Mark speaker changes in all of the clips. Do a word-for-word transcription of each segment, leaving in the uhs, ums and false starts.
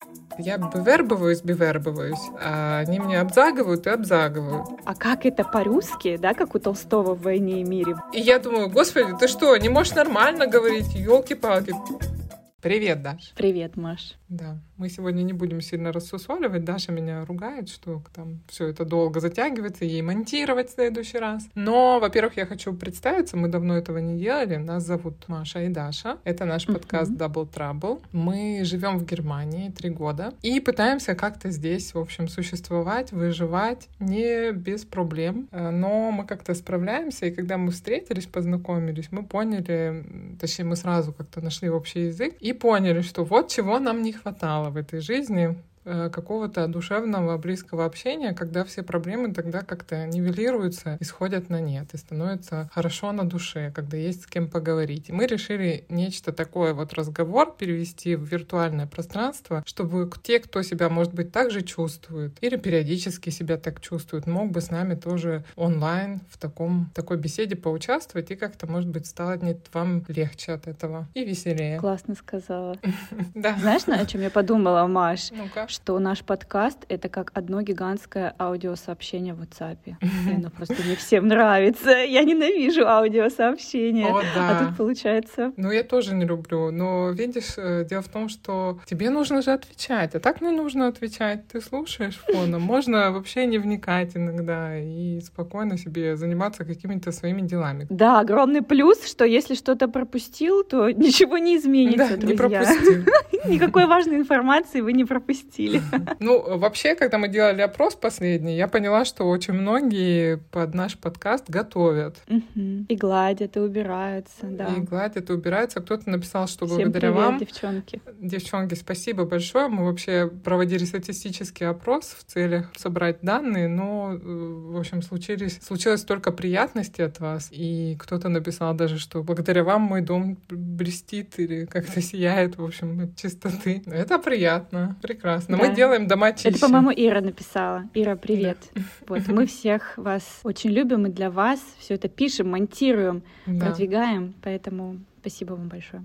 Speaker 1: Я вывербываюсь, бивербываюсь, а они меня обзагивают и обзагивают.
Speaker 2: А как это по-русски, да, как у Толстого в «Войне и мире»?
Speaker 1: И я думаю, господи, ты что, не можешь нормально говорить? Ёлки-палки. Привет, Даш.
Speaker 2: Привет, Маш.
Speaker 1: Да, мы сегодня не будем сильно рассусоливать. Даша меня ругает, что там все это долго затягивается, ей монтировать в следующий раз. Но, во-первых, я хочу представиться, мы давно этого не делали. Нас зовут Маша и Даша. Это наш uh-huh. подкаст Double Trouble. Мы живем в Германии три года и пытаемся как-то здесь, в общем, существовать, выживать не без проблем. Но мы как-то справляемся, и когда мы встретились, познакомились, мы поняли, точнее, мы сразу как-то нашли общий язык и поняли, что вот чего нам не хватало в этой жизни, какого-то душевного, близкого общения, когда все проблемы тогда как-то нивелируются и сходят на нет, и становится хорошо на душе, когда есть с кем поговорить. И мы решили нечто такое, вот разговор перевести в виртуальное пространство, чтобы те, кто себя, может быть, так же чувствует или периодически себя так чувствует, мог бы с нами тоже онлайн в таком, такой беседе поучаствовать, и как-то, может быть, станет вам легче от этого и веселее.
Speaker 2: Классно сказала.
Speaker 1: Да.
Speaker 2: Знаешь, о чем я подумала, Маш?
Speaker 1: Ну-ка.
Speaker 2: Что наш подкаст — это как одно гигантское аудиосообщение в WhatsApp. И оно просто не всем нравится. Я ненавижу аудиосообщения.
Speaker 1: О, да.
Speaker 2: А тут получается...
Speaker 1: Ну, я тоже не люблю. Но, видишь, дело в том, что тебе нужно же отвечать. А так не нужно отвечать. Ты слушаешь фоном. Можно вообще не вникать иногда и спокойно себе заниматься какими-то своими делами.
Speaker 2: Да, огромный плюс, что если что-то пропустил, то ничего не изменится,
Speaker 1: Да,
Speaker 2: друзья.
Speaker 1: не пропустил.
Speaker 2: Никакой важной информации вы не пропустили.
Speaker 1: Ну, вообще, когда мы делали опрос последний, я поняла, что очень многие под наш подкаст готовят.
Speaker 2: Угу. И гладят, и убираются, да.
Speaker 1: И гладят, и убираются. Кто-то написал, что
Speaker 2: Всем
Speaker 1: благодаря
Speaker 2: привет,
Speaker 1: вам...
Speaker 2: девчонки.
Speaker 1: Девчонки, спасибо большое. Мы вообще проводили статистический опрос в целях собрать данные, но, в общем, случились, случилось только приятности от вас. И кто-то написал даже, что благодаря вам мой дом блестит или как-то сияет, в общем, от чистоты. Это приятно, прекрасно.
Speaker 2: Да.
Speaker 1: Мы делаем дома чище.
Speaker 2: Это, по-моему, Ира написала. Ира, привет.
Speaker 1: Да.
Speaker 2: Вот, мы всех вас очень любим и для вас все это пишем, монтируем,
Speaker 1: Да.
Speaker 2: продвигаем, поэтому спасибо вам большое.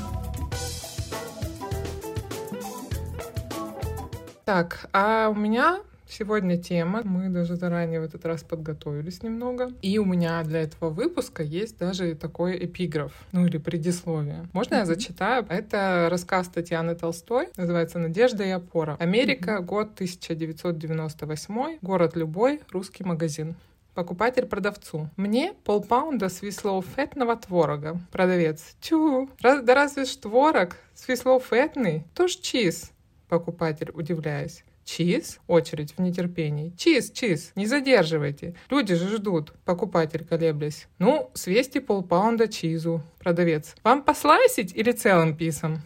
Speaker 1: Так, а у меня сегодня тема. Мы даже заранее в этот раз подготовились немного. И у меня для этого выпуска есть даже такой эпиграф, ну или предисловие. Можно mm-hmm. я зачитаю? Это рассказ Татьяны Толстой, называется «Надежда и опора». Америка, mm-hmm. год тысяча девятьсот девяносто восьмой, город любой, русский магазин. Покупатель продавцу: мне полпаунда свислоу-фетного творога. Продавец: чу, раз, да разве ж творог свислоу-фетный? То ж чиз. Покупатель, удивляясь: чиз? Очередь в нетерпении. Чиз, чиз, не задерживайте. Люди же ждут. Покупатель, колеблясь: ну, свести полпаунда чизу. Продавец: вам послайсить или целым писом?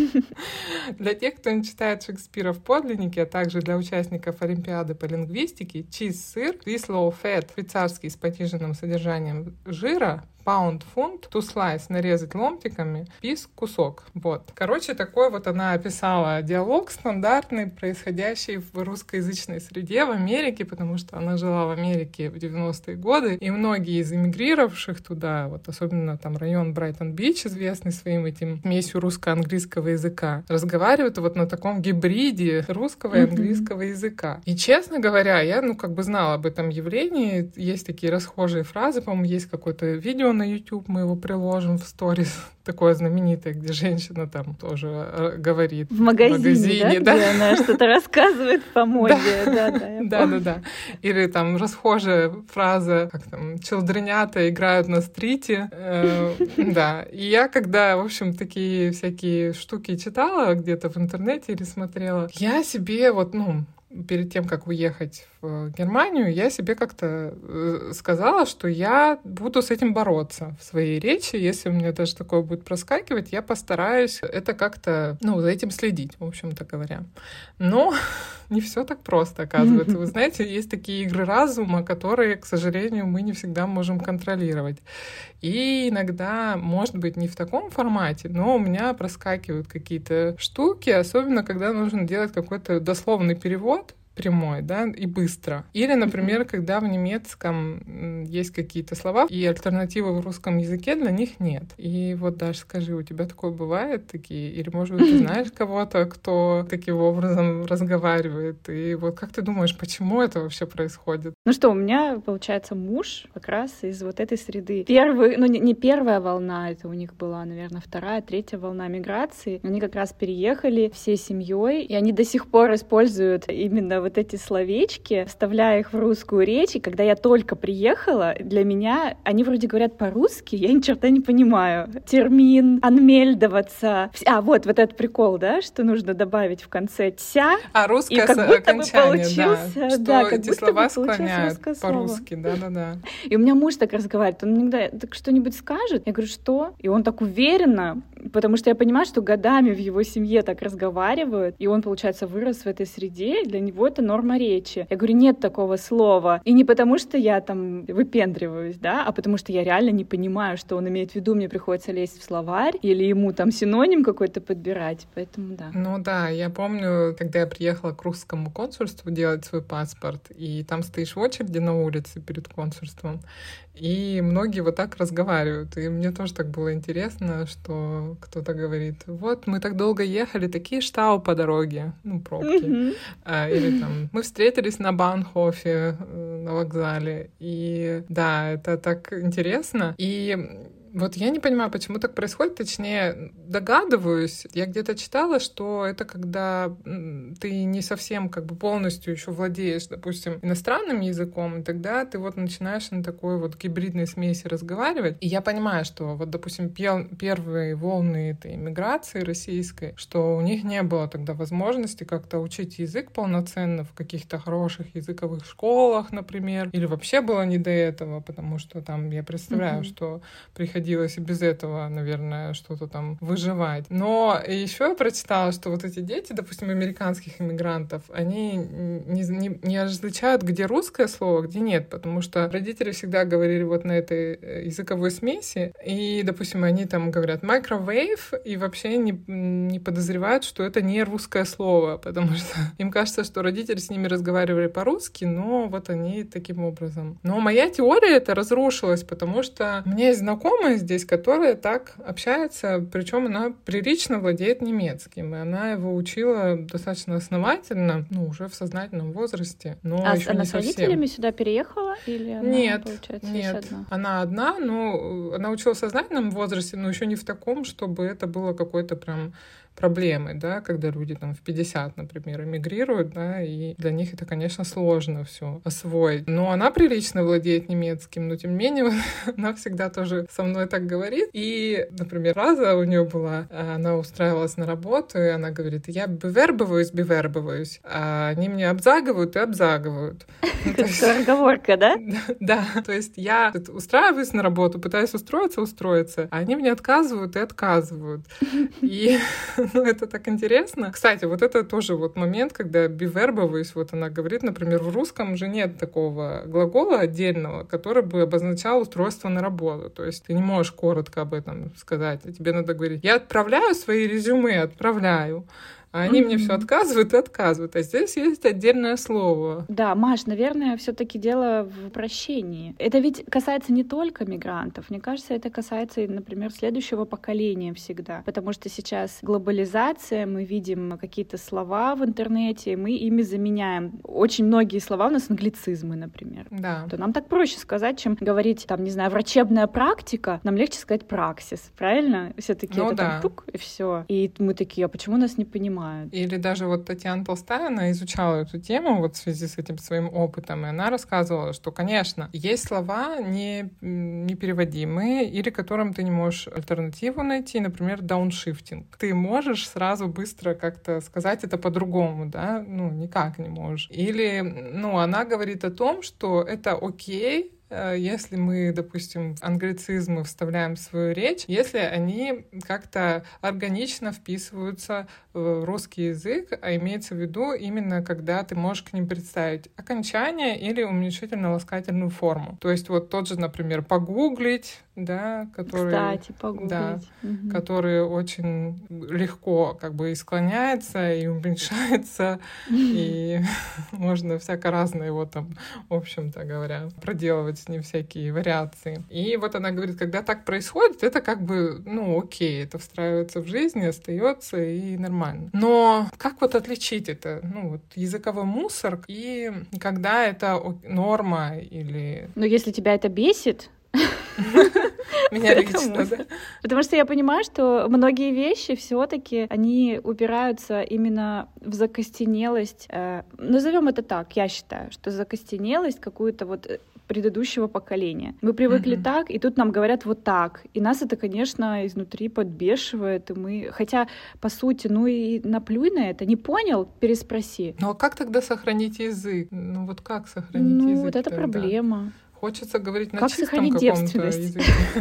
Speaker 1: Для тех, кто не читает Шекспира в подлиннике, а также для участников Олимпиады по лингвистике, чиз-сыр, Swisslow fat, швейцарский с пониженным содержанием жира, паунд, фунт, to slice, нарезать ломтиками, пис, кусок. Вот. Короче, такой вот она описала диалог стандартный, происходящий в русскоязычной среде в Америке, потому что она жила в Америке в девяностые годы, и многие из эмигрировавших туда, вот особенно там район Брайтон-Бич, известный своим этим смесью русско-английского языка, разговаривают вот на таком гибриде русского и английского mm-hmm. языка. И, честно говоря, я, ну, как бы знала об этом явлении. Есть такие расхожие фразы, по-моему, есть какое-то видео на YouTube, мы его приложим в сторис, такое знаменитое, где женщина там тоже говорит.
Speaker 2: В магазине, в магазине да, да? Где она что-то рассказывает по моде.
Speaker 1: Да-да-да. Или там расхожая фраза, как там, челдренята играют на стрите. Да. И я, когда, в общем, такие всякие штуки читала где-то в интернете или смотрела, я себе вот, ну, перед тем, как уехать в Германию, я себе как-то сказала, что я буду с этим бороться в своей речи. Если у меня даже такое будет проскакивать, я постараюсь это как-то, ну, за этим следить, в общем-то говоря. Но не все так просто, оказывается. Вы знаете, есть такие игры разума, которые, к сожалению, мы не всегда можем контролировать. И иногда, может быть, не в таком формате, но у меня проскакивают какие-то штуки, особенно когда нужно делать какой-то дословный перевод прямой, да, и быстро. Или, например, mm-hmm. когда в немецком есть какие-то слова, и альтернативы в русском языке для них нет. И вот, Даша, скажи, у тебя такое бывает такие? Или, может быть, ты знаешь кого-то, кто таким образом разговаривает? И вот как ты думаешь, почему это вообще происходит?
Speaker 2: Ну что, у меня, получается, муж как раз из вот этой среды. Первый, ну не, не первая волна, это у них была, наверное, вторая, третья волна миграции. Они как раз переехали всей семьей, и они до сих пор используют именно вот эти словечки, вставляя их в русскую речь. И когда я только приехала, для меня они вроде говорят по-русски, я ни черта не понимаю. Термин «анмельдоваться». А, вот, вот этот прикол, да, что нужно добавить в конце «тся».
Speaker 1: А русское
Speaker 2: и как будто бы получился,
Speaker 1: да, что
Speaker 2: да, как
Speaker 1: эти
Speaker 2: будто
Speaker 1: слова
Speaker 2: бы
Speaker 1: склоняют по-русски, да-да-да.
Speaker 2: И у меня муж так разговаривает, он иногда так что-нибудь скажет, я говорю, что? И он так уверенно, потому что я понимаю, что годами в его семье так разговаривают, и он, получается, вырос в этой среде, и для него это норма речи. Я говорю, нет такого слова. И не потому, что я там выпендриваюсь, да, а потому что я реально не понимаю, что он имеет в виду, мне приходится лезть в словарь, или ему там синоним какой-то подбирать, поэтому да.
Speaker 1: Ну да, я помню, когда я приехала к русскому консульству делать свой паспорт, и там стоишь в очереди на улице перед консульством, и многие вот так разговаривают. И мне тоже так было интересно, что кто-то говорит, вот мы так долго ехали, такие штау по дороге, ну, пробки. Mm-hmm. А, или там, мы встретились на Баунхофе, на вокзале. И да, это так интересно. И вот я не понимаю, почему так происходит, точнее, догадываюсь. Я где-то читала, что это когда ты не совсем как бы полностью еще владеешь, допустим, иностранным языком, и тогда ты вот начинаешь на такой вот гибридной смеси разговаривать. И я понимаю, что вот, допустим, пер- первые волны этой иммиграции российской, что у них не было тогда возможности как-то учить язык полноценно в каких-то хороших языковых школах, например, или вообще было не до этого, потому что там, я представляю, mm-hmm. что приходилось и без этого, наверное, что-то там выживать. Но еще я прочитала, что вот эти дети, допустим, американских иммигрантов, они не, не, не различают, где русское слово, где нет, потому что родители всегда говорили вот на этой языковой смеси, и, допустим, они там говорят microwave, и вообще не, не подозревают, что это не русское слово, потому что им кажется, что родители с ними разговаривали по-русски, но вот они таким образом. Но моя теория это разрушилась, потому что у меня есть знакомая здесь, которая так общается, причем она прилично владеет немецким, и она его учила достаточно основательно, ну, уже в сознательном возрасте, но
Speaker 2: а
Speaker 1: еще
Speaker 2: она
Speaker 1: не
Speaker 2: с
Speaker 1: совсем.
Speaker 2: родителями сюда переехала? Или она,
Speaker 1: нет,
Speaker 2: получается,
Speaker 1: нет,
Speaker 2: одна?
Speaker 1: Она одна, но она училась в сознательном возрасте, но еще не в таком, чтобы это было какой-то прям проблемы, да, когда люди там в пятьдесят, например, эмигрируют, да, и для них это, конечно, сложно все освоить. Но она прилично владеет немецким, но тем не менее она всегда тоже со мной так говорит. И, например, фраза у нее была, она устраивалась на работу, и она говорит, я bewerbываюсь, bewerbываюсь, а они мне обзагивают и обзагивают.
Speaker 2: Скороговорка, да?
Speaker 1: Да, то есть я устраиваюсь на работу, пытаюсь устроиться, устроиться, а они мне отказывают и отказывают. И ну, это так интересно. Кстати, вот это тоже вот момент, когда бивербоваюсь, вот она говорит, например, в русском же нет такого глагола отдельного, который бы обозначал устройство на работу. То есть ты не можешь коротко об этом сказать, а тебе надо говорить, я отправляю свои резюме, отправляю. А они mm-hmm. мне все отказывают и отказывают. А здесь есть отдельное слово.
Speaker 2: Да, Маш, наверное, все-таки дело в упрощении. Это ведь касается не только мигрантов. Мне кажется, это касается, например, следующего поколения всегда. Потому что сейчас глобализация, мы видим какие-то слова в интернете, мы ими заменяем. Очень многие слова у нас англицизмы, например.
Speaker 1: Да.
Speaker 2: То нам так проще сказать, чем говорить, там, не знаю, врачебная практика. Нам легче сказать праксис, правильно? Все-таки
Speaker 1: ну,
Speaker 2: это
Speaker 1: да.
Speaker 2: там тук, и все. И мы такие, а почему нас не понимают?
Speaker 1: Или даже вот Татьяна Толстая, она изучала эту тему вот в связи с этим своим опытом, и она рассказывала, что, конечно, есть слова не, непереводимые или которым ты не можешь альтернативу найти, например, дауншифтинг. Ты можешь сразу быстро как-то сказать это по-другому, да? Ну, никак не можешь. Или, ну, она говорит о том, что это окей, если мы, допустим, англицизмы вставляем в свою речь, если они как-то органично вписываются в русский язык, а имеется в виду именно когда ты можешь к ним представить окончание или уменьшительно-ласкательную форму. То есть вот тот же, например, погуглить, да, которые,
Speaker 2: Кстати, погуглить.
Speaker 1: Да,
Speaker 2: угу.
Speaker 1: которые очень легко как бы и склоняется, и уменьшается, и можно всяко разное его там, в общем-то говоря, проделывать с ним всякие вариации. И вот она говорит, когда так происходит, это как бы, ну, окей, это встраивается в жизнь, остается и нормально. Но как вот отличить это? Ну, вот языковой мусор, и когда это норма или...
Speaker 2: Но если тебя это бесит,
Speaker 1: меня лично, да.
Speaker 2: Потому что я понимаю, что многие вещи все-таки они упираются именно в закостенелость. Э, назовем это так, я считаю, что закостенелость какую-то вот предыдущего поколения. Мы привыкли mm-hmm. так, и тут нам говорят вот так. И нас это, конечно, изнутри подбешивает. И мы... Хотя, по сути, ну и наплюй на это. Не понял? Переспроси.
Speaker 1: Ну а как тогда сохранить язык? Ну вот как сохранить
Speaker 2: ну,
Speaker 1: язык?
Speaker 2: Ну вот это
Speaker 1: тогда?
Speaker 2: Проблема.
Speaker 1: Хочется говорить на
Speaker 2: как
Speaker 1: чистом каком-то языке.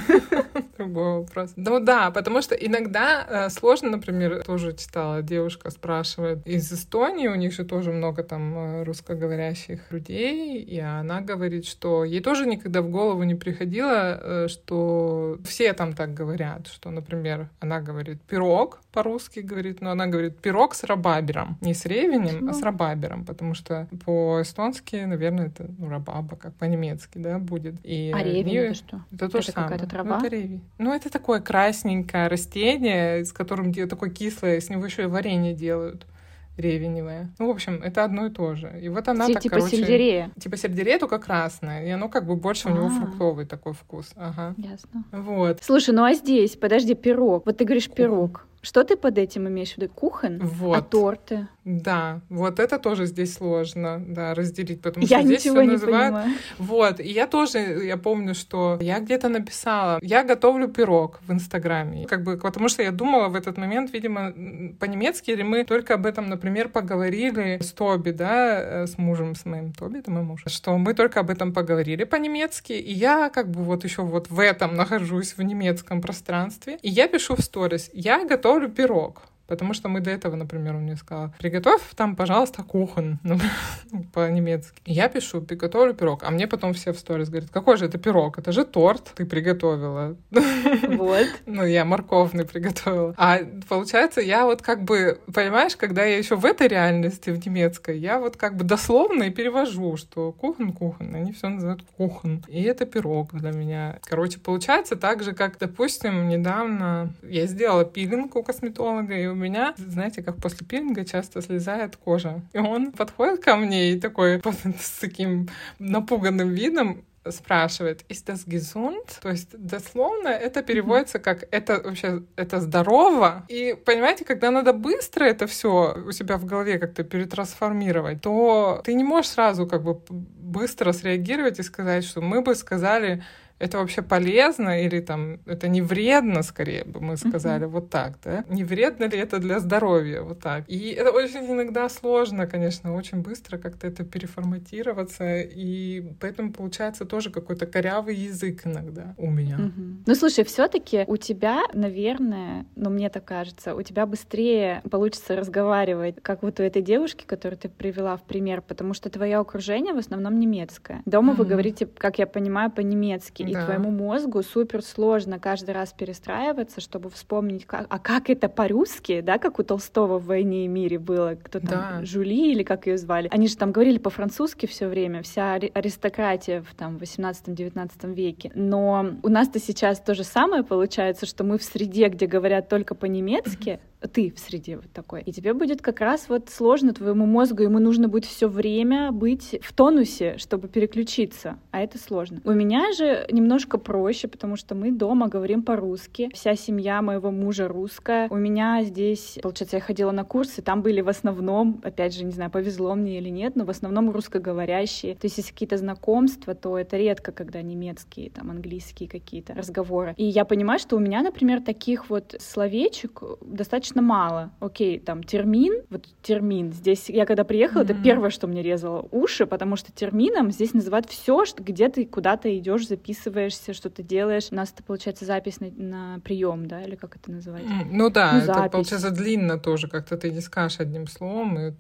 Speaker 1: Другой вопрос. Ну да, потому что иногда э, сложно, например, тоже читала, девушка спрашивает из Эстонии, у них же тоже много там русскоговорящих людей, и она говорит, что ей тоже никогда в голову не приходило, э, что все там так говорят, что, например, она говорит пирог по-русски, говорит, но она говорит пирог с рабабером, не с ревенем, а с рабабером, потому что по-эстонски, наверное, это ну, рабаба, как по-немецки, да, будет. И
Speaker 2: а ревень это что?
Speaker 1: Это то
Speaker 2: это
Speaker 1: же самое.
Speaker 2: Какая-то трава?
Speaker 1: Ну, это ревень. Ну, это такое красненькое растение, с которым такое кислое, с него еще и варенье делают. Ревеневое. Ну, в общем, это одно и то же. И вот она
Speaker 2: Ти-
Speaker 1: так,
Speaker 2: типа
Speaker 1: короче...
Speaker 2: сельдерея?
Speaker 1: Типа сельдерея, только красное. И оно как бы больше
Speaker 2: А-а-а.
Speaker 1: у него фруктовый такой вкус. Ага.
Speaker 2: Ясно.
Speaker 1: Вот.
Speaker 2: Слушай, ну а здесь, подожди, пирог. Вот ты говоришь пирог. Что ты под этим имеешь в виду? Кухонь?
Speaker 1: Вот.
Speaker 2: А торты?
Speaker 1: Да, вот это тоже здесь сложно, да, разделить, потому
Speaker 2: я
Speaker 1: что здесь
Speaker 2: ничего
Speaker 1: все
Speaker 2: не
Speaker 1: называют...
Speaker 2: Понимаю.
Speaker 1: Вот, и я тоже, я помню, что я где-то написала, я готовлю пирог в Инстаграме, как бы, потому что я думала в этот момент, видимо, по-немецки, или мы только об этом, например, поговорили с Тоби, да, с мужем, с моим Тоби, это мой муж, что мы только об этом поговорили по-немецки, и я как бы вот еще вот в этом нахожусь, в немецком пространстве, и я пишу в сторис, я готовлю пирог. Потому что мы до этого, например, он мне сказал, приготовь там, пожалуйста, кухонь, ну, по-немецки. Я пишу, приготовлю пирог, а мне потом все в сторис говорят, какой же это пирог? Это же торт ты приготовила.
Speaker 2: Вот.
Speaker 1: Ну, я морковный приготовила. А получается, я вот как бы, понимаешь, когда я еще в этой реальности, в немецкой, я вот как бы дословно и перевожу, что кухонь, кухонь, они все называют кухонь. И это пирог для меня. Короче, получается так же, как, допустим, недавно я сделала пилинг у косметолога, и у меня, знаете, как после пилинга часто слезает кожа. И он подходит ко мне и такой с таким напуганным видом спрашивает, ist das gesund? То есть дословно это переводится как это вообще это здорово. И понимаете, когда надо быстро это все у себя в голове как-то перетрансформировать, то ты не можешь сразу как бы быстро среагировать и сказать, что мы бы сказали, это вообще полезно или там это не вредно, скорее бы мы сказали, uh-huh. вот так, да? Не вредно ли это для здоровья, вот так. И это очень иногда сложно, конечно, очень быстро как-то это переформатироваться, и поэтому получается тоже какой-то корявый язык иногда у меня.
Speaker 2: Uh-huh. Ну, слушай, все-таки у тебя, наверное, ну, мне так кажется, у тебя быстрее получится разговаривать, как вот у этой девушки, которую ты привела в пример, потому что твое окружение в основном немецкое. Дома uh-huh. вы говорите, как я понимаю, по-немецки. И да. твоему мозгу супер сложно каждый раз перестраиваться, чтобы вспомнить, как, а как это по-русски, да, как у Толстого в «Войне и мире» было, кто там,
Speaker 1: да.
Speaker 2: Жюли или как ее звали. Они же там говорили по-французски все время, вся аристократия в там восемнадцатом-девятнадцатом веке. Но у нас-то сейчас то же самое получается, что мы в среде, где говорят только по-немецки, ты в среде вот такой. И тебе будет как раз вот сложно твоему мозгу, ему нужно будет все время быть в тонусе, чтобы переключиться, а это сложно. У меня же немножко проще, потому что мы дома говорим по-русски, вся семья моего мужа русская. У меня здесь, получается, я ходила на курсы, там были в основном, опять же, не знаю, повезло мне или нет, но в основном русскоговорящие. То есть если какие-то знакомства, то это редко, когда немецкие, там, английские какие-то разговоры. И я понимаю, что у меня, например, таких вот словечек достаточно мало. Окей, там термин, вот термин. Здесь я когда приехала, mm-hmm. это первое, что мне резало уши, потому что термином здесь называют все, что где ты куда-то идешь, записываешься, что ты делаешь. У нас это получается запись на, на прием, да, или как это называется?
Speaker 1: Mm, ну да,
Speaker 2: ну,
Speaker 1: это
Speaker 2: запись.
Speaker 1: Получается длинно тоже, как-то ты не скажешь одним словом, и это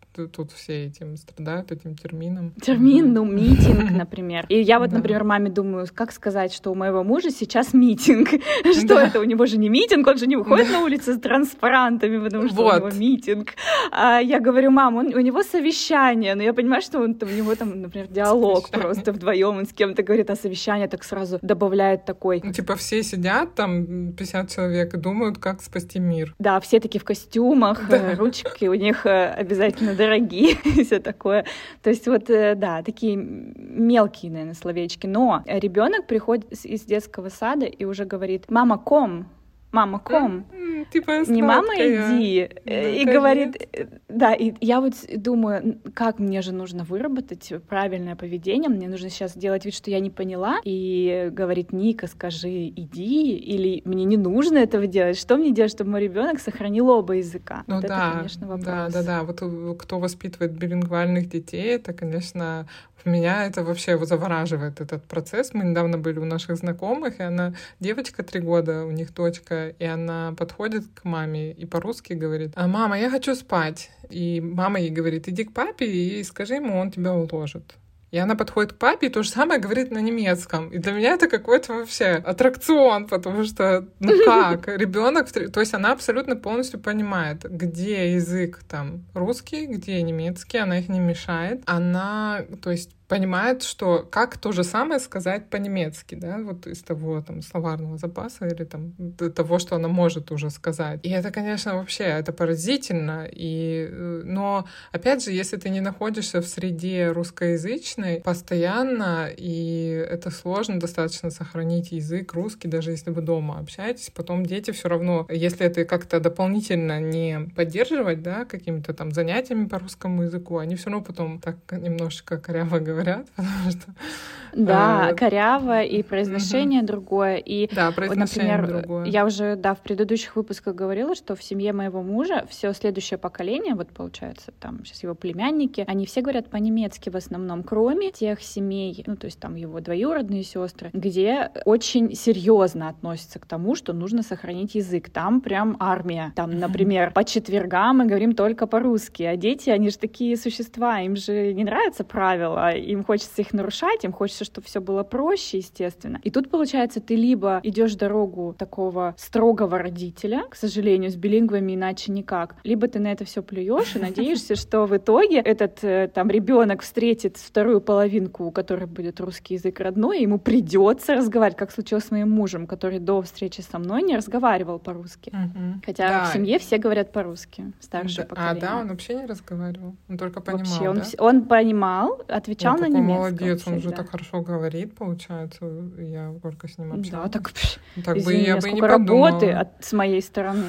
Speaker 1: тут все этим страдают, этим термином.
Speaker 2: Термин, ну, митинг, например. И я вот, да. например, маме думаю, как сказать, что у моего мужа сейчас митинг. Что да. это? У него же не митинг, он же не выходит на улицу с транспарантами, потому что вот. у него митинг. А я говорю, мам, он, у него совещание. Но я понимаю, что он, у него там, например, диалог совещание. Просто вдвоем он с кем-то говорит, а совещание так сразу добавляет такой.
Speaker 1: Ну, типа все сидят, там пятьдесят человек, и думают, как спасти мир.
Speaker 2: Да, все такие в костюмах, да. ручки у них обязательно дорогие, и все такое. То есть вот, да, такие мелкие, наверное, словечки. Но ребенок приходит из детского сада и уже говорит: «Мама, ком». Мама, ком.
Speaker 1: Mm, типа
Speaker 2: не мама, иди. Да, и говорит, да, и я вот думаю, как мне же нужно выработать правильное поведение, мне нужно сейчас делать вид, что я не поняла, и говорить: Ника, скажи, иди, или мне не нужно этого делать. Что мне делать, чтобы мой ребенок сохранил оба языка?
Speaker 1: Ну
Speaker 2: вот
Speaker 1: да,
Speaker 2: это, конечно, вопрос.
Speaker 1: Да, да, да. Вот кто воспитывает билингвальных детей, это, конечно, меня это вообще завораживает, этот процесс. Мы недавно были у наших знакомых, и она, девочка три года, у них дочка, и она подходит к маме и по-русски говорит: а, мама, я хочу спать. И мама ей говорит: иди к папе и скажи ему, он тебя уложит. И она подходит к папе и то же самое говорит на немецком. И для меня это какой-то вообще аттракцион, потому что, ну как, ребенок, то есть она абсолютно полностью понимает, где язык там русский, где немецкий, она их не мешает. Она, то есть, понимает, что как то же самое сказать по-немецки, да, вот из того там словарного запаса или там того, что она может уже сказать. И это, конечно, вообще, это поразительно. И, но, опять же, если ты не находишься в среде русскоязычной постоянно, и это сложно достаточно сохранить язык русский, даже если вы дома общаетесь, потом дети все равно, если это как-то дополнительно не поддерживать, да, какими-то там занятиями по русскому языку, они все равно потом так немножечко коряво говорят, говорят, потому что...
Speaker 2: Да, э, коряво, и произношение угу. другое. И,
Speaker 1: да, произношение
Speaker 2: например,
Speaker 1: другое.
Speaker 2: Я уже, да, в предыдущих выпусках говорила, что в семье моего мужа все следующее поколение, вот получается, там сейчас его племянники, они все говорят по-немецки в основном, кроме тех семей, ну, то есть там его двоюродные сестры, где очень серьезно относятся к тому, что нужно сохранить язык. Там прям армия. Там, например, по четвергам мы говорим только по-русски, а дети, они же такие существа, им же не нравятся правила, им хочется их нарушать, им хочется, чтобы все было проще, естественно. И тут, получается, ты либо идешь дорогу такого строгого родителя, к сожалению, с билингвами иначе никак, либо ты на это все плюешь и надеешься, что в итоге этот там ребенок встретит вторую половинку, у которой будет русский язык родной, и ему придется разговаривать, как случилось с моим мужем, который до встречи со мной не разговаривал по-русски. Угу. Хотя да. в семье все говорят по-русски, старшее да. поколение.
Speaker 1: А, да, он вообще не разговаривал? Он только понимал,
Speaker 2: вообще, он,
Speaker 1: да?
Speaker 2: он понимал, отвечал
Speaker 1: он
Speaker 2: на немецком.
Speaker 1: Молодец, он
Speaker 2: всегда.
Speaker 1: же так хорошо говорит, получается. Я только с ним общалась.
Speaker 2: Да, так,
Speaker 1: так
Speaker 2: извини,
Speaker 1: бы я бы
Speaker 2: сколько
Speaker 1: не подумала.
Speaker 2: работы от, с моей стороны.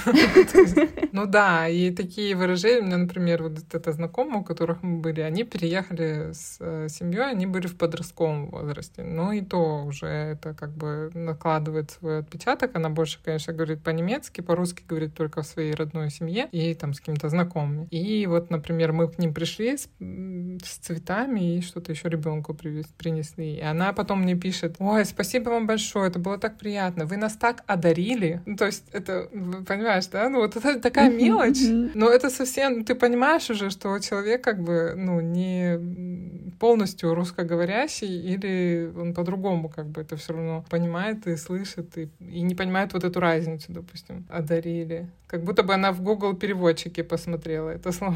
Speaker 1: Ну да, и такие выражения, у меня, например, вот это знакомые, у которых мы были, они переехали с семьей, они были в подростковом возрасте. Но и то уже это как бы накладывает свой отпечаток. Она больше, конечно, говорит по-немецки, по-русски говорит только в своей родной семье и там с какими-то знакомыми. И вот, например, мы к ним пришли с, с цветами и что-то еще ребенку принесли. И она потом мне пишет: ой, спасибо вам большое, это было так приятно, вы нас так одарили. Ну, то есть это, понимаешь, да? Ну вот это такая мелочь, но это совсем, ты понимаешь уже, что человек как бы, ну, не полностью русскоговорящий, или он по-другому как бы это все равно понимает и слышит, и, и не понимает вот эту разницу, допустим, одарили. Как будто бы она в Google переводчике посмотрела это слово.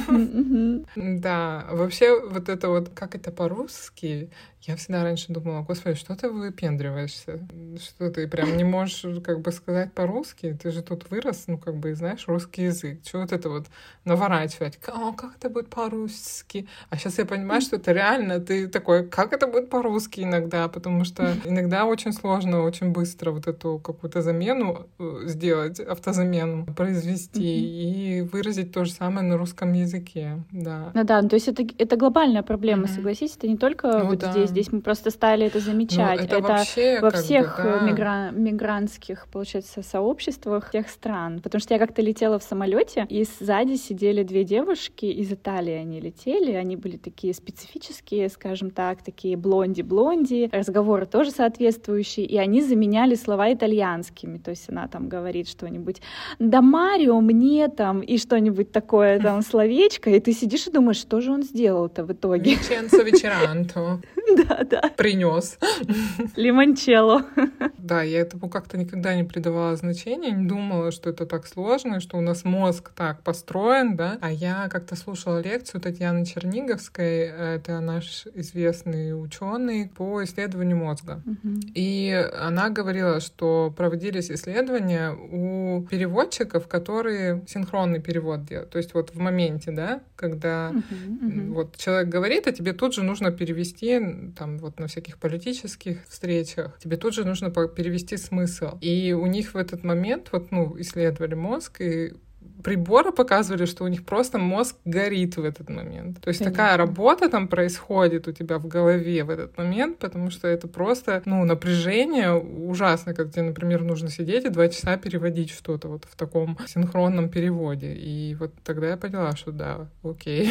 Speaker 1: Да, вообще вот это вот, как это по-русски, я всегда раньше думала: господи, что ты выпендриваешься? Что ты прям не можешь как бы сказать по-русски? Ты же тут вырос, ну как бы, и знаешь русский язык. Чего вот это вот наворачивать? О, как это будет по-русски? А сейчас я понимаю, что это реально, ты такой: как это будет по-русски иногда? Потому что иногда очень сложно, очень быстро вот эту какую-то замену сделать, автозамену произвести mm-hmm. и выразить то же самое на русском языке, да.
Speaker 2: Ну да, ну, то есть это, это глобальная проблема, mm-hmm. согласись, это не только ну, вот
Speaker 1: да.
Speaker 2: здесь Здесь мы просто стали это замечать.
Speaker 1: Ну, это
Speaker 2: это
Speaker 1: вообще,
Speaker 2: во
Speaker 1: как
Speaker 2: всех
Speaker 1: бы, да.
Speaker 2: мигра... мигрантских, получается, сообществах тех стран. Потому что я как-то летела в самолете, и сзади сидели две девушки из Италии. Они летели, они были такие специфические, скажем так, такие блонди-блонди, разговоры тоже соответствующие, и они заменяли слова итальянскими. То есть она там говорит что-нибудь «Да Марио мне там» и что-нибудь такое там словечко, и ты сидишь и думаешь, что же он сделал-то в итоге.
Speaker 1: Виченцо вечеранто.
Speaker 2: Да, да.
Speaker 1: Принес.
Speaker 2: Лимончелло.
Speaker 1: Да, я этому как-то никогда не придавала значения, не думала, что это так сложно, что у нас мозг так построен, да. А я как-то слушала лекцию Татьяны Черниговской, это наш известный ученый по исследованию мозга. Uh-huh. И она говорила, что проводились исследования у переводчиков, которые синхронный перевод делают. То есть вот в моменте, да, когда uh-huh, uh-huh. вот человек говорит, а тебе тут же нужно перевести, там вот на всяких политических встречах, тебе тут же нужно перевести смысл. И у них в этот момент вот, ну, исследовали мозг, и приборы показывали, что у них просто мозг горит в этот момент. То есть Конечно. Такая работа там происходит у тебя в голове в этот момент, потому что это просто, ну, напряжение ужасно, когда тебе, например, нужно сидеть и два часа переводить что-то вот в таком синхронном переводе. И вот тогда я поняла, что да, окей.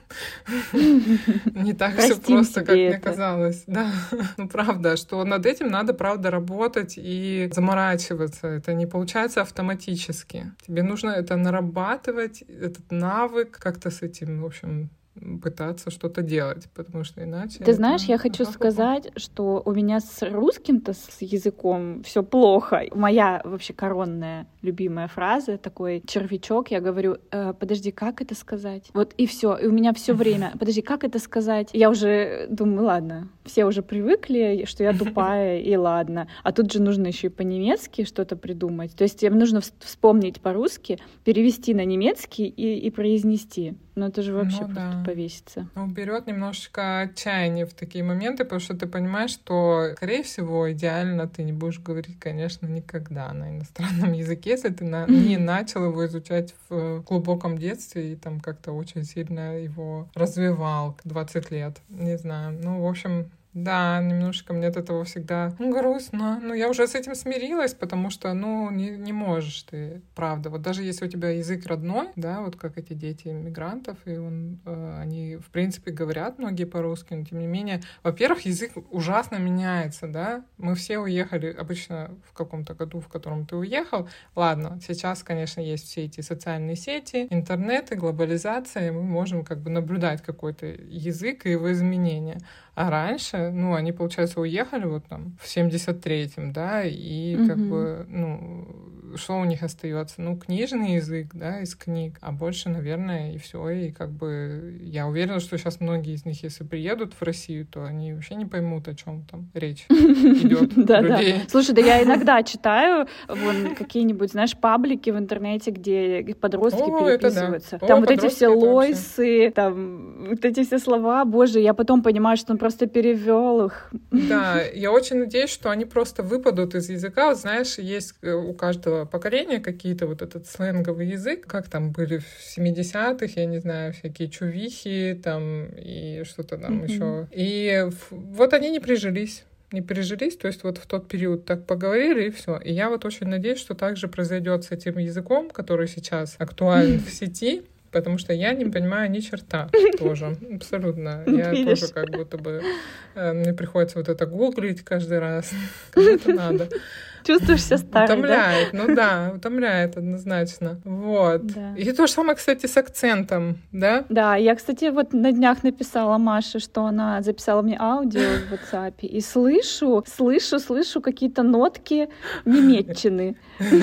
Speaker 1: Не так все просто, как мне казалось. Да, ну правда, что над этим надо, правда, работать и заморачиваться. Это не получается автоматически. Тебе нужно это наработать, нарабатывать этот навык, как-то с этим, в общем, пытаться что-то делать, потому что иначе...
Speaker 2: Ты знаешь, я хочу сказать, что у меня с русским-то, с языком все плохо. Моя вообще коронная любимая фраза, такой червячок, я говорю, э, подожди, как это сказать? Вот и все, и у меня все время, подожди, как это сказать? Я уже думаю, ладно, все уже привыкли, что я тупая, и ладно. А тут же нужно еще и по-немецки что-то придумать. То есть мне нужно вспомнить по-русски, перевести на немецкий и, и произнести. Ну это же вообще ну, просто да. повесится.
Speaker 1: Ну, берет немножечко отчаяние в такие моменты, потому что ты понимаешь, что, скорее всего, идеально ты не будешь говорить, конечно, никогда на иностранном языке, если ты на... не начал его изучать в глубоком детстве и там как-то очень сильно его развивал двадцать лет. Не знаю. Ну, в общем... Да, немножко мне от этого всегда грустно. Но я уже с этим смирилась, потому что, ну, не, не можешь ты, правда. Вот даже если у тебя язык родной, да, вот как эти дети иммигрантов, и он, э, они, в принципе, говорят многие по-русски, но тем не менее, во-первых, язык ужасно меняется, да. Мы все уехали обычно в каком-то году, в котором ты уехал. Ладно, сейчас, конечно, есть все эти социальные сети, интернет и глобализация, и мы можем как бы наблюдать какой-то язык и его изменения. А раньше, ну, они, получается, уехали вот там в семьдесят третьем, да, и mm-hmm. как бы, ну, что у них остается? Ну, книжный язык, да, из книг, а больше, наверное, и все. И как бы я уверена, что сейчас многие из них, если приедут в Россию, то они вообще не поймут, о чем там речь идет.
Speaker 2: Да, да. Слушай, да я иногда читаю вон какие-нибудь, знаешь, паблики в интернете, где подростки переписываются. Там вот эти все лойсы, там вот эти все слова, боже, я потом понимаю, что он просто перевел их.
Speaker 1: Да, я очень надеюсь, что они просто выпадут из языка. Вот знаешь, есть у каждого поколения какие-то вот этот сленговый язык, как там были в семидесятых, я не знаю, всякие чувихи там и что-то там mm-hmm. еще. И вот они не прижились. не прижились, то есть вот в тот период так поговорили, и все. И я вот очень надеюсь, что так же произойдет с этим языком, который сейчас актуален в сети, потому что я не понимаю ни черта тоже, абсолютно. Я Видишь? тоже как будто бы... Мне приходится вот это гуглить каждый раз, как это надо.
Speaker 2: Чувствуешь себя старой,
Speaker 1: утомляет,
Speaker 2: да?
Speaker 1: ну да, утомляет однозначно. Вот. Да. И то же самое, кстати, с акцентом, да?
Speaker 2: Да, я, кстати, вот на днях написала Маше, что она записала мне аудио в WhatsApp, и слышу, слышу, слышу какие-то нотки немецчины.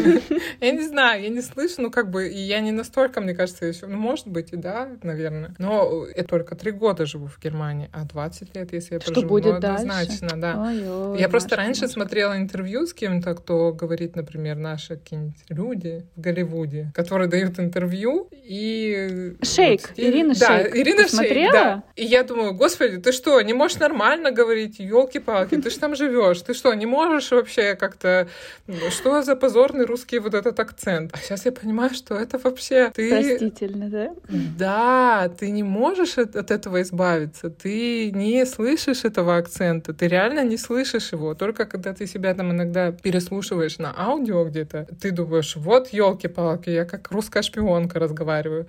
Speaker 1: Я не знаю, я не слышу, ну как бы, и я не настолько, мне кажется, еще, ну может быть и да, наверное, но я только три года живу в Германии, а двадцать лет, если я проживу,
Speaker 2: что будет
Speaker 1: ну, однозначно,
Speaker 2: дальше?
Speaker 1: да.
Speaker 2: Ой-ой,
Speaker 1: я просто
Speaker 2: Машка,
Speaker 1: раньше
Speaker 2: Машка.
Speaker 1: смотрела интервью с кем-то, кому-то, кто говорит, например, наши какие-нибудь люди в Голливуде, которые дают интервью, и...
Speaker 2: Шейк,
Speaker 1: вот,
Speaker 2: Ирина
Speaker 1: да,
Speaker 2: Шейк.
Speaker 1: Ирина
Speaker 2: Ты
Speaker 1: Шейк,
Speaker 2: смотрела?
Speaker 1: да. И я думаю, господи, ты что, не можешь нормально говорить? Ёлки-палки, ты ж там живешь. Ты что, не можешь вообще как-то... Что за позорный русский вот этот акцент? А сейчас я понимаю, что это вообще... Ты...
Speaker 2: Простительно, да?
Speaker 1: Да, ты не можешь от, от этого избавиться. Ты не слышишь этого акцента. Ты реально не слышишь его. Только когда ты себя там иногда переслушиваешь на аудио где-то, ты думаешь, вот ёлки-палки, я как русская шпионка разговариваю.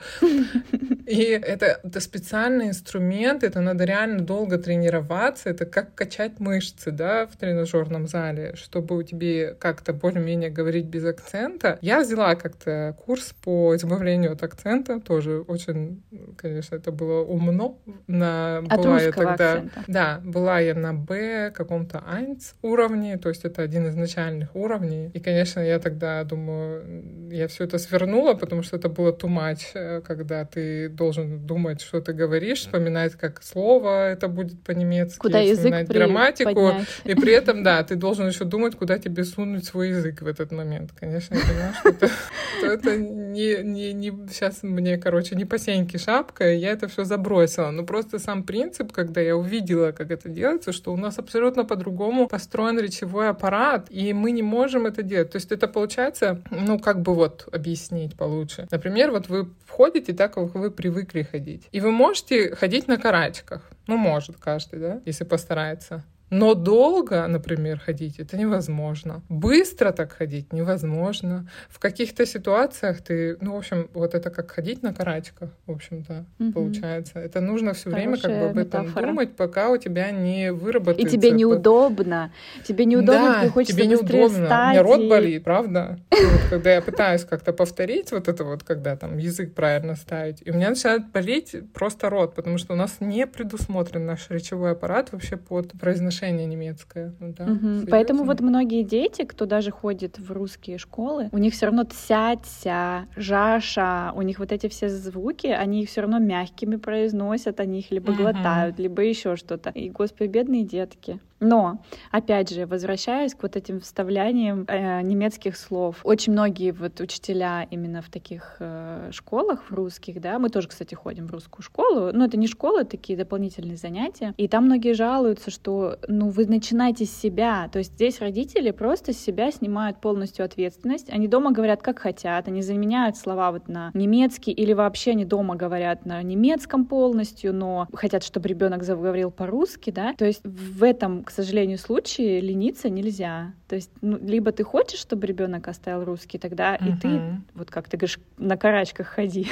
Speaker 1: И это, это специальный инструмент, это надо реально долго тренироваться, это как качать мышцы, да, в тренажерном зале, чтобы у тебе как-то более-менее говорить без акцента. Я взяла как-то курс по избавлению от акцента, тоже очень, конечно, это было умно. На,
Speaker 2: от
Speaker 1: была я
Speaker 2: русского
Speaker 1: тогда,
Speaker 2: акцента.
Speaker 1: Да, была я на Б каком-то Айнс уровне, то есть это один из начальных уровней. И, конечно, я тогда думаю, я все это свернула, потому что это было too much, когда ты должен думать, что ты говоришь, вспоминать, как слово это будет по-немецки,
Speaker 2: куда
Speaker 1: вспоминать
Speaker 2: язык
Speaker 1: грамматику,
Speaker 2: поднять.
Speaker 1: И при этом, да, ты должен еще думать, куда тебе сунуть свой язык в этот момент. Конечно, я понимаю, что это, что это не, не, не... Сейчас мне, короче, не по сеньке шапка, и я это все забросила. Но просто сам принцип, когда я увидела, как это делается, что у нас абсолютно по-другому построен речевой аппарат, и мы не можем это делать. То есть это получается, ну, как бы вот объяснить получше. Например, вот вы входите так, как вы привыкли ходить. И вы можете ходить на карачках. Ну, может каждый, да, если постарается. Но долго, например, ходить — это невозможно. Быстро так ходить невозможно. В каких-то ситуациях ты... Ну, в общем, вот это как ходить на карачках, в общем-то, угу. получается. Это нужно все время как бы об этом метафора. Думать, пока у тебя не выработается...
Speaker 2: И тебе неудобно. Тебе неудобно,
Speaker 1: да,
Speaker 2: тебе хочется
Speaker 1: тебе
Speaker 2: быстрее
Speaker 1: неудобно.
Speaker 2: встать.
Speaker 1: У меня рот
Speaker 2: и...
Speaker 1: болит, правда? И вот, когда я пытаюсь как-то повторить вот это вот, когда там язык правильно ставить, и у меня начинает болеть просто рот, потому что у нас не предусмотрен наш речевой аппарат вообще под произношение немецкое. Ну, да,
Speaker 2: угу. Поэтому вот многие дети, кто даже ходит в русские школы, у них все равно тся-тся, жаша, у них вот эти все звуки, они их все равно мягкими произносят, они их либо угу. глотают, либо еще что-то. И, господи, бедные детки. Но, опять же, возвращаясь к вот этим вставляниям э, немецких слов, очень многие вот учителя именно в таких э, школах, в русских, да, мы тоже, кстати, ходим в русскую школу, но это не школа, это такие дополнительные занятия, и там многие жалуются, что, ну, вы начинаете с себя, то есть здесь родители просто с себя снимают полностью ответственность, они дома говорят, как хотят, они заменяют слова вот на немецкий, или вообще они дома говорят на немецком полностью, но хотят, чтобы ребенок заговорил по-русски, да, то есть в этом, к сожалению, случае лениться нельзя. То есть, ну, либо ты хочешь, чтобы ребенок оставил русский, тогда uh-huh. и ты, вот как ты говоришь, на карачках ходи.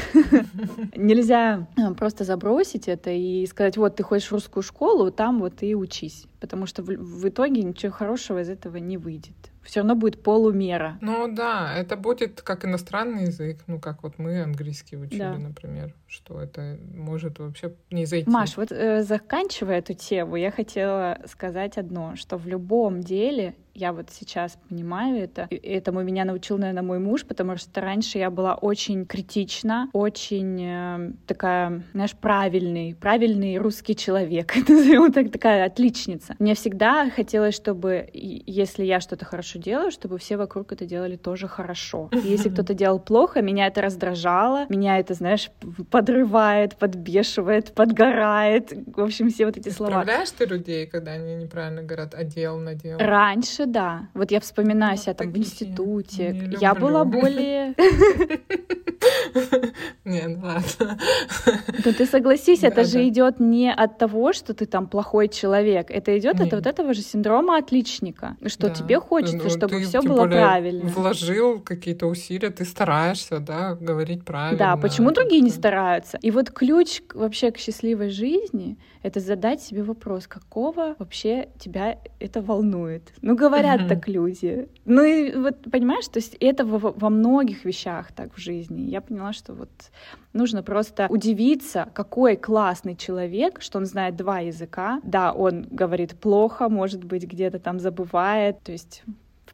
Speaker 2: Нельзя просто забросить это и сказать, вот ты ходишь в русскую школу, там вот и учись. Потому что в итоге ничего хорошего из этого не выйдет. Все равно будет полумера.
Speaker 1: Ну да, это будет как иностранный язык, ну как вот мы английский учили, да. например, что это может вообще не зайти.
Speaker 2: Маш, вот э, заканчивая эту тему, я хотела сказать одно, что в любом деле, я вот сейчас понимаю это, и этому меня научил, наверное, мой муж, потому что раньше я была очень критична, очень э, такая, знаешь, правильный, правильный русский человек, назовем так, такая отличница. Мне всегда хотелось, чтобы, если я что-то хорошо делаю, чтобы все вокруг это делали тоже хорошо. И если кто-то делал плохо, меня это раздражало, меня это, знаешь, подрывает, подбешивает, подгорает. В общем, все вот эти слова.
Speaker 1: Исправляешь ты людей, когда они неправильно говорят «одел, надел»?
Speaker 2: Раньше, да. Вот я вспоминаю себя там в институте. Я была более...
Speaker 1: Не, ну ладно.
Speaker 2: Ну ты согласись, это же идет не от того, что ты там плохой человек. Это идет от вот этого же синдрома отличника, что тебе хочется, чтобы все было правильно.
Speaker 1: Вложил какие-то усилия, ты стараешься, да, говорить правильно.
Speaker 2: Да, почему другие не стараются? И вот ключ вообще к счастливой жизни — это задать себе вопрос, какого вообще тебя это волнует. Ну, говорят так люди. Ну и вот, понимаешь, то есть это во, во многих вещах так в жизни. Я поняла, что вот нужно просто удивиться, какой классный человек, что он знает два языка. Да, он говорит плохо, может быть, где-то там забывает, то есть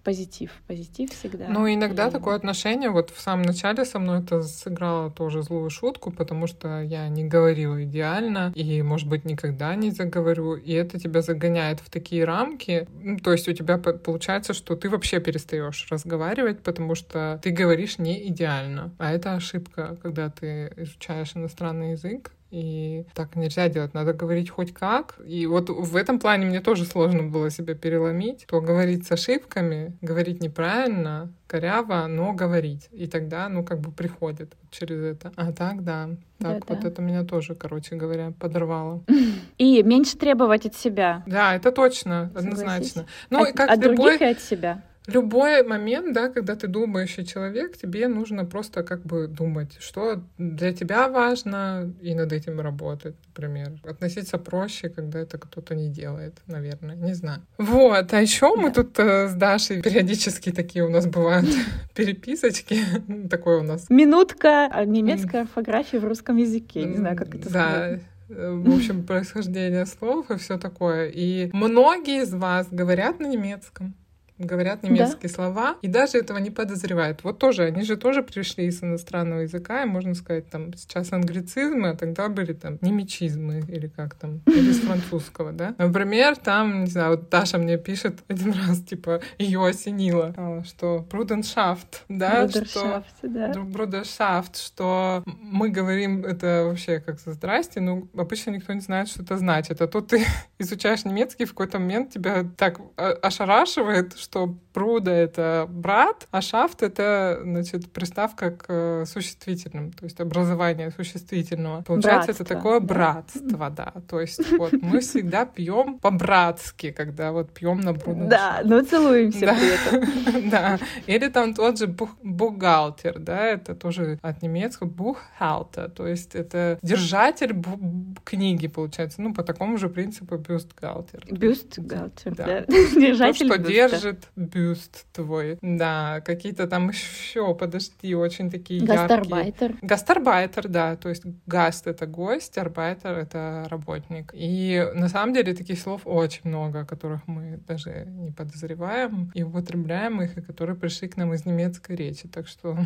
Speaker 2: позитив. Позитив всегда.
Speaker 1: Ну, иногда
Speaker 2: и...
Speaker 1: такое отношение, вот в самом начале со мной это сыграло тоже злую шутку, потому что я не говорила идеально, и, может быть, никогда не заговорю, и это тебя загоняет в такие рамки. Ну, то есть у тебя получается, что ты вообще перестаешь разговаривать, потому что ты говоришь не идеально. А это ошибка, когда ты изучаешь иностранный язык. И так нельзя делать, надо говорить хоть как. И вот в этом плане мне тоже сложно было себя переломить. То говорить с ошибками, говорить неправильно, коряво, но говорить. И тогда, ну, как бы приходит через это. А так, да. Так
Speaker 2: Да-да.
Speaker 1: вот это меня тоже, короче говоря, подорвало.
Speaker 2: И меньше требовать от себя.
Speaker 1: Да, это точно, однозначно. Ну,
Speaker 2: от,
Speaker 1: и как
Speaker 2: от
Speaker 1: любой...
Speaker 2: других и от себя.
Speaker 1: Любой момент, да, когда ты думающий человек, тебе нужно просто как бы думать, что для тебя важно, и над этим работать, например. Относиться проще, когда это кто-то не делает, наверное, не знаю. Вот, а еще мы тут э, с Дашей периодически такие у нас бывают переписочки. Такой у нас.
Speaker 2: Минутка немецкой орфографии в русском языке. Не знаю, как это сказать.
Speaker 1: Да. В общем, происхождение слов и все такое. И многие из вас говорят на немецком. Говорят немецкие да. слова, и даже этого не подозревают. Вот тоже, они же тоже пришли из иностранного языка, и можно сказать, там, сейчас англицизмы, а тогда были там немечизмы, или как там, или с французского, да. Например, там, не знаю, вот Даша мне пишет один раз, типа, ее осенило, что Бруденшафт, да,
Speaker 2: Брудершафт,
Speaker 1: что...
Speaker 2: да.
Speaker 1: Брудершафт, что мы говорим это вообще как за здрасте, но обычно никто не знает, что это значит. А тут ты изучаешь немецкий, в какой-то момент тебя так ошарашивает, что Бруда — это брат, а шафт — это, значит, приставка к существительным, то есть образование существительного. Получается, братство, это такое да. братство, да. То есть вот мы всегда пьем по-братски, когда вот пьем на Бруденшафт.
Speaker 2: Да, но целуемся при этом.
Speaker 1: Да. Или там тот же бухгалтер, да, это тоже от немецкого бухгалтер, то есть это держатель книги, получается, ну, по такому же принципу бюстгальтер.
Speaker 2: Бюстгальтер, да. Держатель
Speaker 1: бюста. Держит бюст твой. Да, какие-то там еще, подожди, очень такие
Speaker 2: гастарбайтер.
Speaker 1: яркие. Гастарбайтер, да, то есть гаст — это гость, арбайтер — это работник. И на самом деле таких слов очень много, о которых мы даже не подозреваем и употребляем их, и которые пришли к нам из немецкой речи. Так что,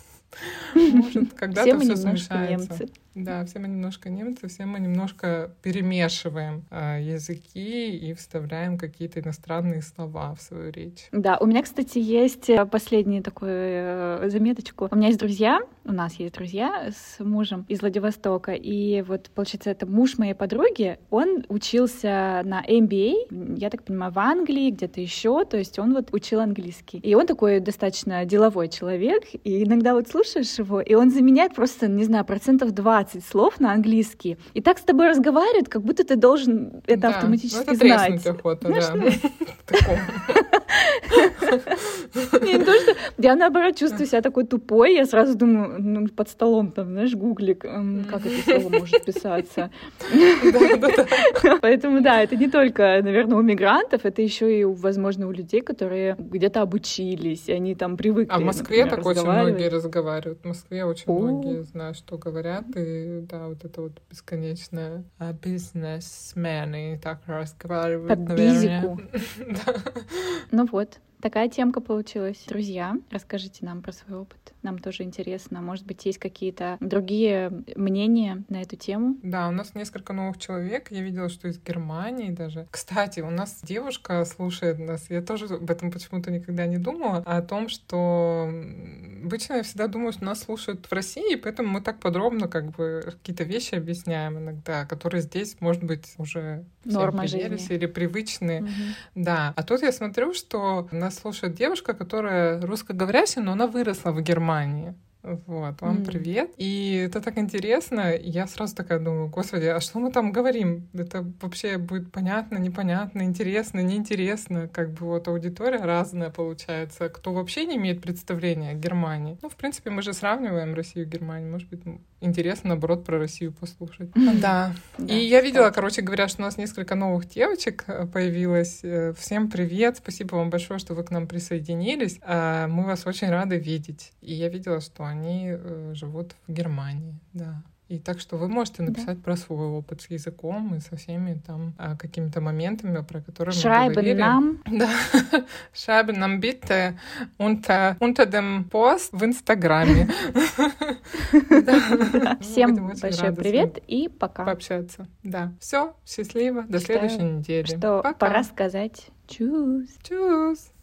Speaker 1: может, когда-то все смешается. Да, все мы немножко немцы, все мы немножко перемешиваем э, языки и вставляем какие-то иностранные слова в свою речь.
Speaker 2: Да, у меня, кстати, есть последнюю такую э, заметочку. У меня есть друзья, у нас есть друзья с мужем из Владивостока, и вот, получается, это муж моей подруги, он учился на эм би эй, я так понимаю, в Англии, где-то еще, то есть он вот учил английский. И он такой достаточно деловой человек, и иногда вот слушаешь его, и он заменяет просто, не знаю, процентов двадцать слов на английский. И так с тобой разговаривают, как будто ты должен это да, автоматически
Speaker 1: это
Speaker 2: знать.
Speaker 1: Треснуть охота,
Speaker 2: знаешь,
Speaker 1: да.
Speaker 2: Не то, что я, наоборот, чувствую себя такой тупой. Я сразу думаю, ну, под столом, там, знаешь, гуглик, как это слово может писаться. Поэтому, да, это не только, наверное, у мигрантов, это еще и, возможно, у людей, которые где-то обучились, они там привыкли.
Speaker 1: А в Москве так очень многие разговаривают. В Москве очень многие знают, что говорят, и да, вот это вот бесконечное бизнесмены так разговаривают,
Speaker 2: по
Speaker 1: наверное.
Speaker 2: Бизику. Ну вот. Такая темка получилась. Друзья, расскажите нам про свой опыт. Нам тоже интересно. Может быть, есть какие-то другие мнения на эту тему?
Speaker 1: Да, у нас несколько новых человек. Я видела, что из Германии даже. Кстати, у нас девушка слушает нас. Я тоже об этом почему-то никогда не думала. А о том, что обычно я всегда думаю, что нас слушают в России, поэтому мы так подробно как бы какие-то вещи объясняем иногда, которые здесь, может быть, уже
Speaker 2: норма
Speaker 1: приелись или привычные.
Speaker 2: Угу.
Speaker 1: Да. А тут я смотрю, что нас слушает девушка, которая русскоговорящая, но она выросла в Германии. Вот, вам mm. привет. И это так интересно. И я сразу такая думаю, господи, а что мы там говорим? Это вообще будет понятно, непонятно, интересно, неинтересно. Как бы вот аудитория разная получается. Кто вообще не имеет представления о Германии. Ну, в принципе, мы же сравниваем Россию и Германию. Может быть, интересно, наоборот, про Россию послушать. Mm. Да. И я видела, короче говоря, что у нас несколько новых девочек появилось. Всем привет. Спасибо вам большое, что вы к нам присоединились. Мы вас очень рады видеть. И я видела, что они живут в Германии, да. И так что вы можете написать да. про свой опыт с языком и со всеми там а, какими-то моментами, про которые
Speaker 2: Schreiben
Speaker 1: мы говорили.
Speaker 2: нам.
Speaker 1: Да. Schreiben нам bitte unter, unter dem Post в Инстаграме.
Speaker 2: Всем большой привет и пока.
Speaker 1: Пообщаться. Да. Все, счастливо. До следующей недели.
Speaker 2: Что пора сказать Tschüss.
Speaker 1: Tschüss.